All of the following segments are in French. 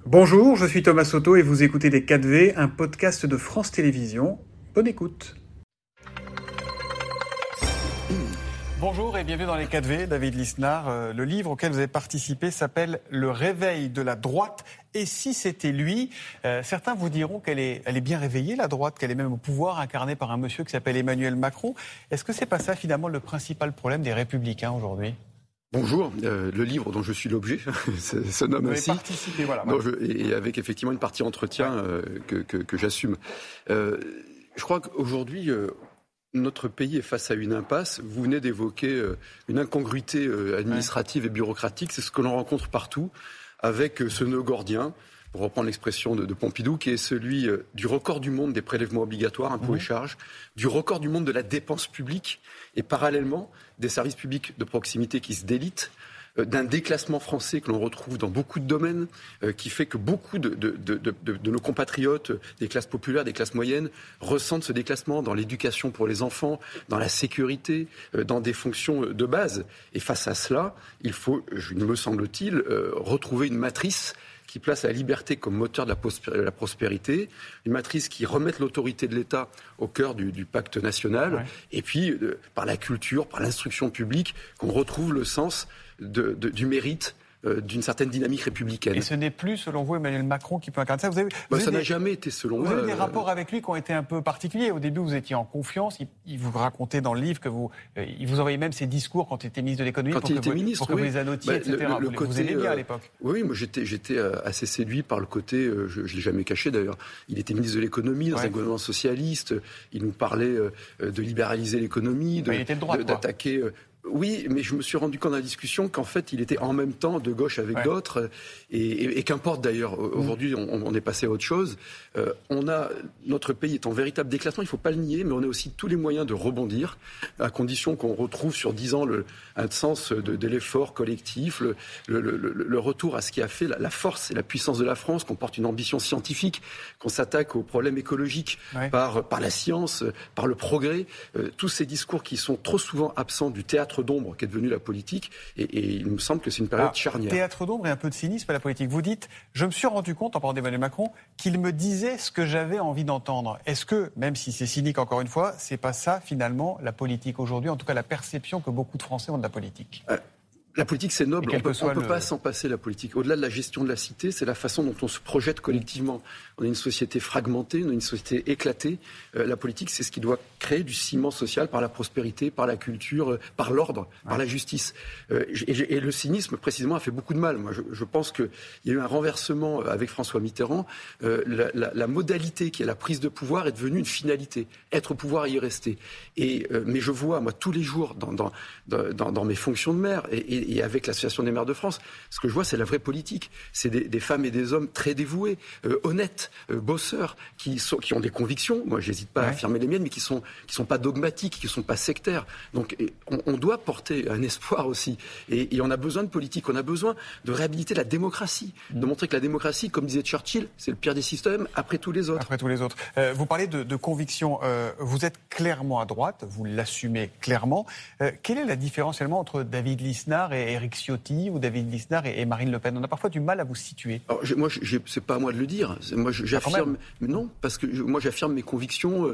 Bonjour, je suis Thomas Soto et vous écoutez Les 4V, un podcast de France Télévisions. Bonne écoute. Bonjour et bienvenue dans Les 4V, David Lisnard. Le livre auquel vous avez participé s'appelle « Le réveil de la droite ». Et si c'était lui, certains vous diront qu'elle est bien réveillée, la droite, qu'elle est même au pouvoir, incarnée par un monsieur qui s'appelle Emmanuel Macron. Est-ce que c'est pas ça finalement le principal problème des Républicains aujourd'hui ? Bonjour, le livre dont je suis l'objet se nomme vous ainsi. Vous avez participé, voilà. Et avec effectivement une partie entretien que j'assume. Je crois qu'aujourd'hui, notre pays est face à une impasse. Vous venez d'évoquer une incongruité administrative et bureaucratique. C'est ce que l'on rencontre partout avec ce nœud gordien, pour reprendre l'expression de Pompidou, qui est celui du record du monde des prélèvements obligatoires, impôts et charges, du record du monde de la dépense publique, et parallèlement des services publics de proximité qui se délitent, d'un déclassement français que l'on retrouve dans beaucoup de domaines, qui fait que beaucoup de nos compatriotes, des classes populaires, des classes moyennes, ressentent ce déclassement dans l'éducation pour les enfants, dans la sécurité, dans des fonctions de base. Et face à cela, il faut, me semble-t-il, retrouver une matrice qui place la liberté comme moteur de la prospérité, une matrice qui remette l'autorité de l'État au cœur du pacte national, et puis par la culture, par l'instruction publique, qu'on retrouve le sens du mérite, d'une certaine dynamique républicaine. Et ce n'est plus, selon vous, Emmanuel Macron qui peut incarner ça. Ça n'a jamais été, selon moi. Vous avez des rapports avec lui qui ont été un peu particuliers. Au début, vous étiez en confiance. Il vous racontait dans le livre que il vous envoyait même ses discours quand il était ministre de l'économie pour que vous les annotiez, etc. Vous aimez bien à l'époque. Oui, moi j'étais assez séduit par le côté, je ne l'ai jamais caché d'ailleurs, il était ministre de l'économie dans un gouvernement socialiste, il nous parlait de libéraliser l'économie, d'attaquer... Oui, mais je me suis rendu compte dans la discussion qu'en fait, il était en même temps de gauche avec d'autres. Et qu'importe d'ailleurs, aujourd'hui, on est passé à autre chose. Notre pays est en véritable déclassement, il ne faut pas le nier, mais on a aussi tous les moyens de rebondir, à condition qu'on retrouve sur 10 ans un sens de l'effort collectif, le retour à ce qui a fait la force et la puissance de la France, qu'on porte une ambition scientifique, qu'on s'attaque aux problèmes écologiques par la science, par le progrès. Tous ces discours qui sont trop souvent absents du théâtre d'ombre qui est devenu la politique, et il me semble que c'est une période charnière. Théâtre d'ombre et un peu de cynisme à la politique. Vous dites, je me suis rendu compte, en parlant d'Emmanuel Macron, qu'il me disait ce que j'avais envie d'entendre. Est-ce que, même si c'est cynique encore une fois, c'est pas ça finalement la politique aujourd'hui, en tout cas la perception que beaucoup de Français ont de la politique ? La politique, c'est noble. On ne peut pas s'en passer, la politique. Au-delà de la gestion de la cité, c'est la façon dont on se projette collectivement. On a une société fragmentée, on a une société éclatée. La politique, c'est ce qui doit créer du ciment social par la prospérité, par la culture, par l'ordre, par la justice. Et le cynisme, précisément, a fait beaucoup de mal. Moi, je pense qu'il y a eu un renversement avec François Mitterrand. La modalité qui est la prise de pouvoir est devenue une finalité. Être au pouvoir et y rester. Mais je vois, moi, tous les jours, dans mes fonctions de maire, et avec l'Association des maires de France, ce que je vois, c'est la vraie politique. C'est des femmes et des hommes très dévoués, honnêtes, bosseurs, qui ont des convictions. Moi, j'hésite pas à affirmer les miennes, mais qui sont pas dogmatiques, qui sont pas sectaires. Donc, on doit porter un espoir aussi. Et on a besoin de politique. On a besoin de réhabiliter la démocratie, de montrer que la démocratie, comme disait Churchill, c'est le pire des systèmes après tous les autres. Après tous les autres. Vous parlez de conviction. Vous êtes clairement à droite. Vous l'assumez clairement. Quelle est la différence finalement entre David Lisnard et Éric Ciotti, ou David Lisnard et Marine Le Pen? On a parfois du mal à vous situer. Alors, c'est pas à moi de le dire. Moi, j'affirme. Non, parce que moi, j'affirme mes convictions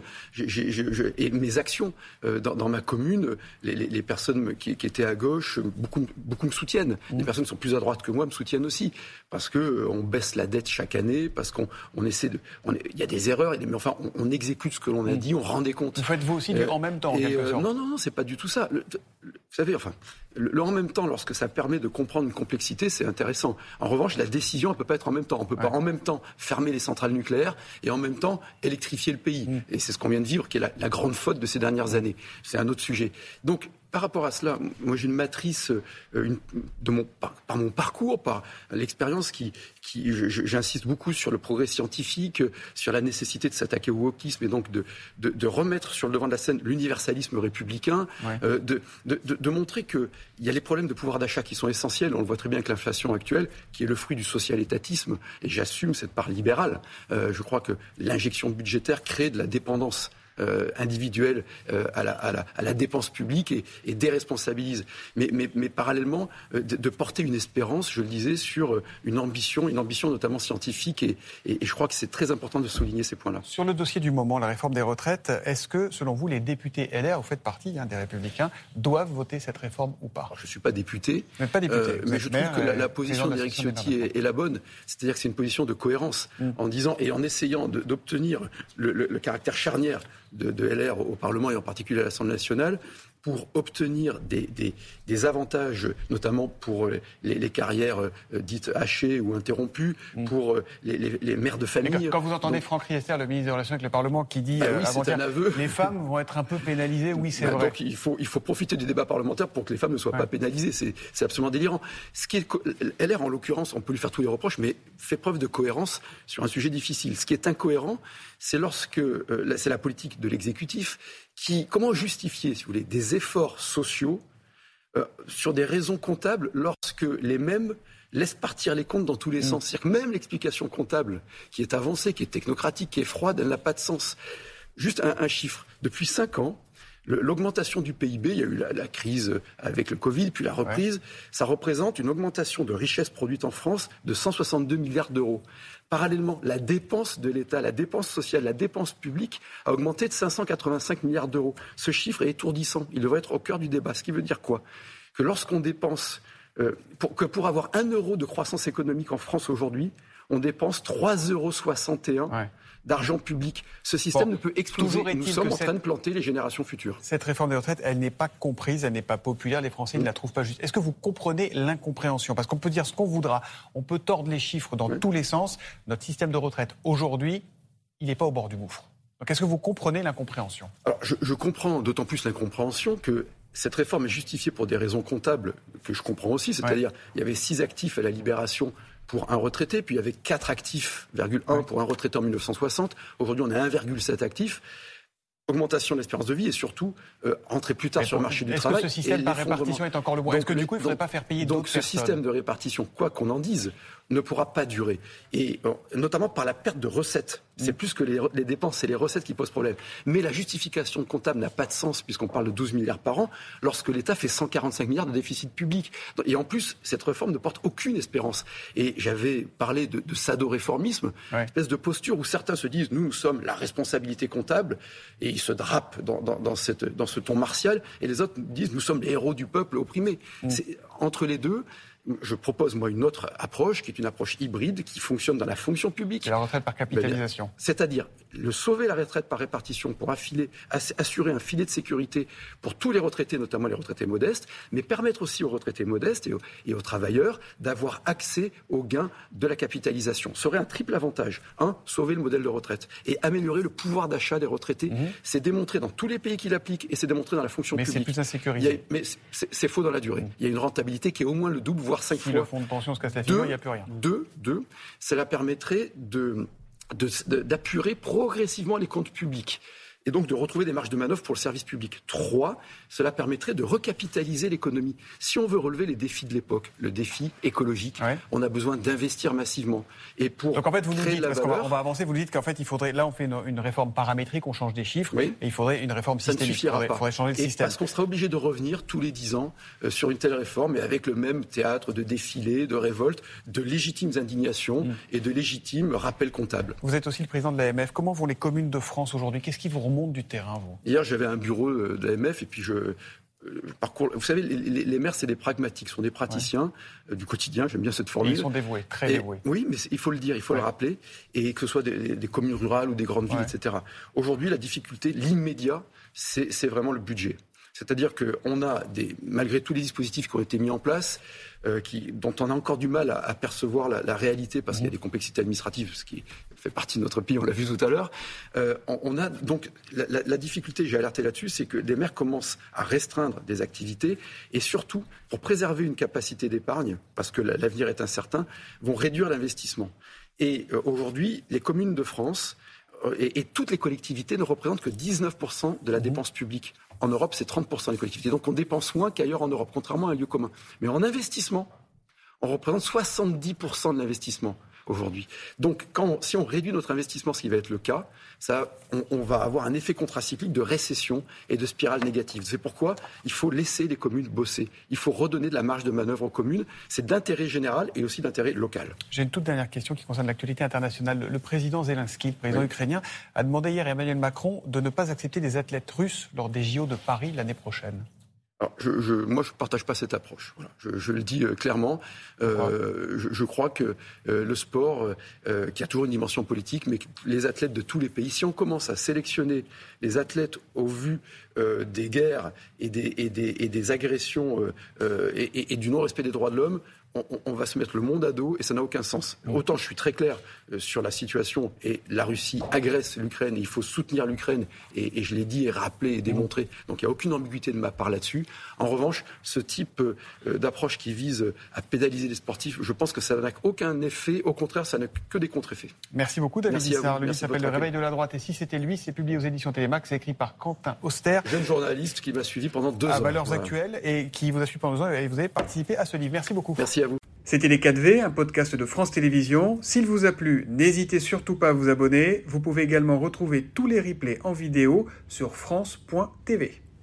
et mes actions. Dans ma commune, les personnes qui étaient à gauche, beaucoup me soutiennent. Les personnes qui sont plus à droite que moi me soutiennent aussi. Parce qu'on baisse la dette chaque année, parce qu'on essaie de... Il y a des erreurs, mais enfin, on exécute ce que l'on a dit, on rend des comptes. Vous faites vous aussi du en même temps, en quelque sorte. Non, c'est pas du tout ça. Vous savez, enfin... Le en même temps, lorsque ça permet de comprendre une complexité, c'est intéressant. En revanche, la décision, elle peut pas être en même temps. On peut pas en même temps fermer les centrales nucléaires et en même temps électrifier le pays. Et c'est ce qu'on vient de vivre, qui est la grande faute de ces dernières années. C'est un autre sujet. Donc, par rapport à cela, moi j'ai une matrice par mon parcours, par l'expérience j'insiste beaucoup sur le progrès scientifique, sur la nécessité de s'attaquer au wokisme et donc de remettre sur le devant de la scène l'universalisme républicain, de montrer qu'il y a les problèmes de pouvoir d'achat qui sont essentiels. On le voit très bien avec l'inflation actuelle, qui est le fruit du social-étatisme, et j'assume cette part libérale. Je crois que l'injection budgétaire crée de la dépendance individuelle à la dépense publique et déresponsabilise. Mais parallèlement, de porter une espérance, je le disais, sur une ambition notamment scientifique et je crois que c'est très important de souligner ces points-là. Sur le dossier du moment, la réforme des retraites, est-ce que, selon vous, les députés LR, vous faites partie des Républicains, doivent voter cette réforme ou pas ? Alors, je ne suis pas député, mais je trouve que la position d'Éric Ciotti est la bonne. C'est-à-dire que c'est une position de cohérence en disant et en essayant d'obtenir le caractère charnière de LR au Parlement et en particulier à l'Assemblée nationale pour obtenir des avantages, notamment pour les carrières dites hachées ou interrompues, pour les mères de famille. Mais quand vous entendez Franck Riester, le ministre des Relations avec le Parlement, qui dit avant-hier, les femmes vont être un peu pénalisées, oui, c'est vrai. Donc il faut profiter du débat parlementaire pour que les femmes ne soient pas pénalisées. C'est absolument délirant. Ce qui est LR, en l'occurrence, on peut lui faire tous les reproches, mais fait preuve de cohérence sur un sujet difficile. Ce qui est incohérent, c'est lorsque c'est la politique de l'exécutif comment justifier, si vous voulez, des efforts sociaux sur des raisons comptables lorsque les mêmes laissent partir les comptes dans tous les sens. C'est-à-dire que même l'explication comptable qui est avancée, qui est technocratique, qui est froide, elle n'a pas de sens. Juste un chiffre. Depuis 5 ans, l'augmentation du PIB, il y a eu la crise avec le Covid, puis la reprise, ça représente une augmentation de richesse produite en France de 162 milliards d'euros. Parallèlement, la dépense de l'État, la dépense sociale, la dépense publique a augmenté de 585 milliards d'euros. Ce chiffre est étourdissant. Il devrait être au cœur du débat. Ce qui veut dire quoi ? Que lorsqu'on dépense, pour avoir 1 euro de croissance économique en France aujourd'hui, on dépense 3,61 € d'argent public. Ce système ne peut exploser. Nous sommes en train de planter les générations futures. Cette réforme des retraites, elle n'est pas comprise, elle n'est pas populaire. Les Français ne la trouvent pas juste. Est-ce que vous comprenez l'incompréhension ? Parce qu'on peut dire ce qu'on voudra. On peut tordre les chiffres dans tous les sens. Notre système de retraite, aujourd'hui, il n'est pas au bord du gouffre. Donc est-ce que vous comprenez l'incompréhension ? Alors, je comprends d'autant plus l'incompréhension que cette réforme est justifiée pour des raisons comptables que je comprends aussi. C'est-à-dire, il y avait 6 actifs à la libération pour un retraité, puis il y avait 4 actifs, 1 pour un retraité en 1960. Aujourd'hui, on a 1,7 actifs. Augmentation de l'espérance de vie et surtout entrer plus tard sur le marché du travail. Est-ce que ce système par répartition est encore le bon ? Est-ce que du coup, il ne faudrait pas faire payer d'autres personnes ? Donc ce système de répartition, quoi qu'on en dise, ne pourra pas durer. Et notamment par la perte de recettes. C'est plus que les dépenses, c'est les recettes qui posent problème. Mais la justification comptable n'a pas de sens puisqu'on parle de 12 milliards par an lorsque l'État fait 145 milliards de déficit public. Et en plus, cette réforme ne porte aucune espérance. Et j'avais parlé de sado-réformisme, une espèce de posture où certains se disent nous sommes la responsabilité comptable et ils se drapent dans ce ton martial et les autres disent nous sommes les héros du peuple opprimé. Entre les deux, je propose, moi, une autre approche, qui est une approche hybride, qui fonctionne dans la fonction publique. C'est la retraite par capitalisation. C'est-à-dire, sauver la retraite par répartition pour assurer un filet de sécurité pour tous les retraités, notamment les retraités modestes, mais permettre aussi aux retraités modestes et aux travailleurs d'avoir accès aux gains de la capitalisation. Ce serait un triple avantage. 1, sauver le modèle de retraite et améliorer le pouvoir d'achat des retraités. C'est démontré dans tous les pays qui l'appliquent et c'est démontré dans la fonction publique. Mais c'est plus insécurisé. Mais c'est faux dans la durée. Il y a une rentabilité qui est au moins le double, voire 5 fois. Si le fonds de pension se casse la figure, il n'y a plus rien. Cela permettrait d'apurer progressivement les comptes publics et donc de retrouver des marges de manœuvre pour le service public. 3, cela permettrait de recapitaliser l'économie. Si on veut relever les défis de l'époque, le défi écologique, on a besoin d'investir massivement. Et pour donc en fait, vous nous dites, parce valeur, qu'on va avancer, vous nous dites qu'en fait, il faudrait, là on fait une réforme paramétrique, on change des chiffres, et il faudrait une réforme systémique. Ça ne suffira pas. Il faudrait changer le système. Parce qu'on sera obligé de revenir tous les 10 ans sur une telle réforme, mais avec le même théâtre de défilés, de révoltes, de légitimes indignations et de légitimes rappels comptables. Vous êtes aussi le président de l'AMF. Comment vont les communes de France aujourd'hui ? Qu'est-ce qui vous remonte du terrain, vous ? Hier, j'avais un bureau de l'AMF et puis parcours. Vous savez, les maires, c'est des pragmatiques, ce sont des praticiens du quotidien. J'aime bien cette formule. Et ils sont dévoués, très dévoués. Oui, mais il faut le dire, il faut le rappeler, et que ce soit des communes rurales ou des grandes villes, etc. Aujourd'hui, la difficulté, l'immédiat, c'est vraiment le budget. C'est-à-dire qu'on a, malgré tous les dispositifs qui ont été mis en place, dont on a encore du mal à percevoir la réalité parce qu'il y a des complexités administratives, ce qui fait partie de notre pays, on l'a vu tout à l'heure. On a donc la difficulté, j'ai alerté là-dessus, c'est que les maires commencent à restreindre des activités et surtout, pour préserver une capacité d'épargne, parce que l'avenir est incertain, vont réduire l'investissement. Et aujourd'hui, les communes de France et toutes les collectivités ne représentent que 19% de la dépense publique. En Europe, c'est 30% des collectivités. Donc on dépense moins qu'ailleurs en Europe, contrairement à un lieu commun. Mais en investissement, on représente 70% de l'investissement. aujourd'hui. Donc, si on réduit notre investissement, ce qui va être le cas, on va avoir un effet contracyclique de récession et de spirale négative. C'est pourquoi il faut laisser les communes bosser. Il faut redonner de la marge de manœuvre aux communes. C'est d'intérêt général et aussi d'intérêt local. J'ai une toute dernière question qui concerne l'actualité internationale. Le président Zelensky, le président ukrainien, a demandé hier à Emmanuel Macron de ne pas accepter des athlètes russes lors des JO de Paris l'année prochaine. Alors, moi, je ne partage pas cette approche. Voilà. Je le dis clairement. Je crois que le sport, qui a toujours une dimension politique, mais les athlètes de tous les pays, si on commence à sélectionner les athlètes au vu des guerres et des agressions et du non-respect des droits de l'homme, on va se mettre le monde à dos et ça n'a aucun sens. Autant je suis très clair sur la situation et la Russie agresse l'Ukraine et il faut soutenir l'Ukraine et je l'ai dit et rappelé et démontré. Donc il n'y a aucune ambiguïté de ma part là-dessus. En revanche, ce type d'approche qui vise à pénaliser les sportifs, je pense que ça n'a aucun effet. Au contraire, ça n'a que des contre-effets. Merci beaucoup David Lisnard. Le livre s'appelle Le réveil de la droite et si c'était lui, c'est publié aux éditions Télémax, c'est écrit par Quentin Auster. Jeune journaliste qui m'a suivi pendant 2 ans. À Valeurs Actuelles et qui vous a suivi pendant 2 ans et vous avez participé à ce livre. Merci beaucoup. Merci à vous. C'était Les 4V, un podcast de France Télévisions. S'il vous a plu, n'hésitez surtout pas à vous abonner. Vous pouvez également retrouver tous les replays en vidéo sur France.tv.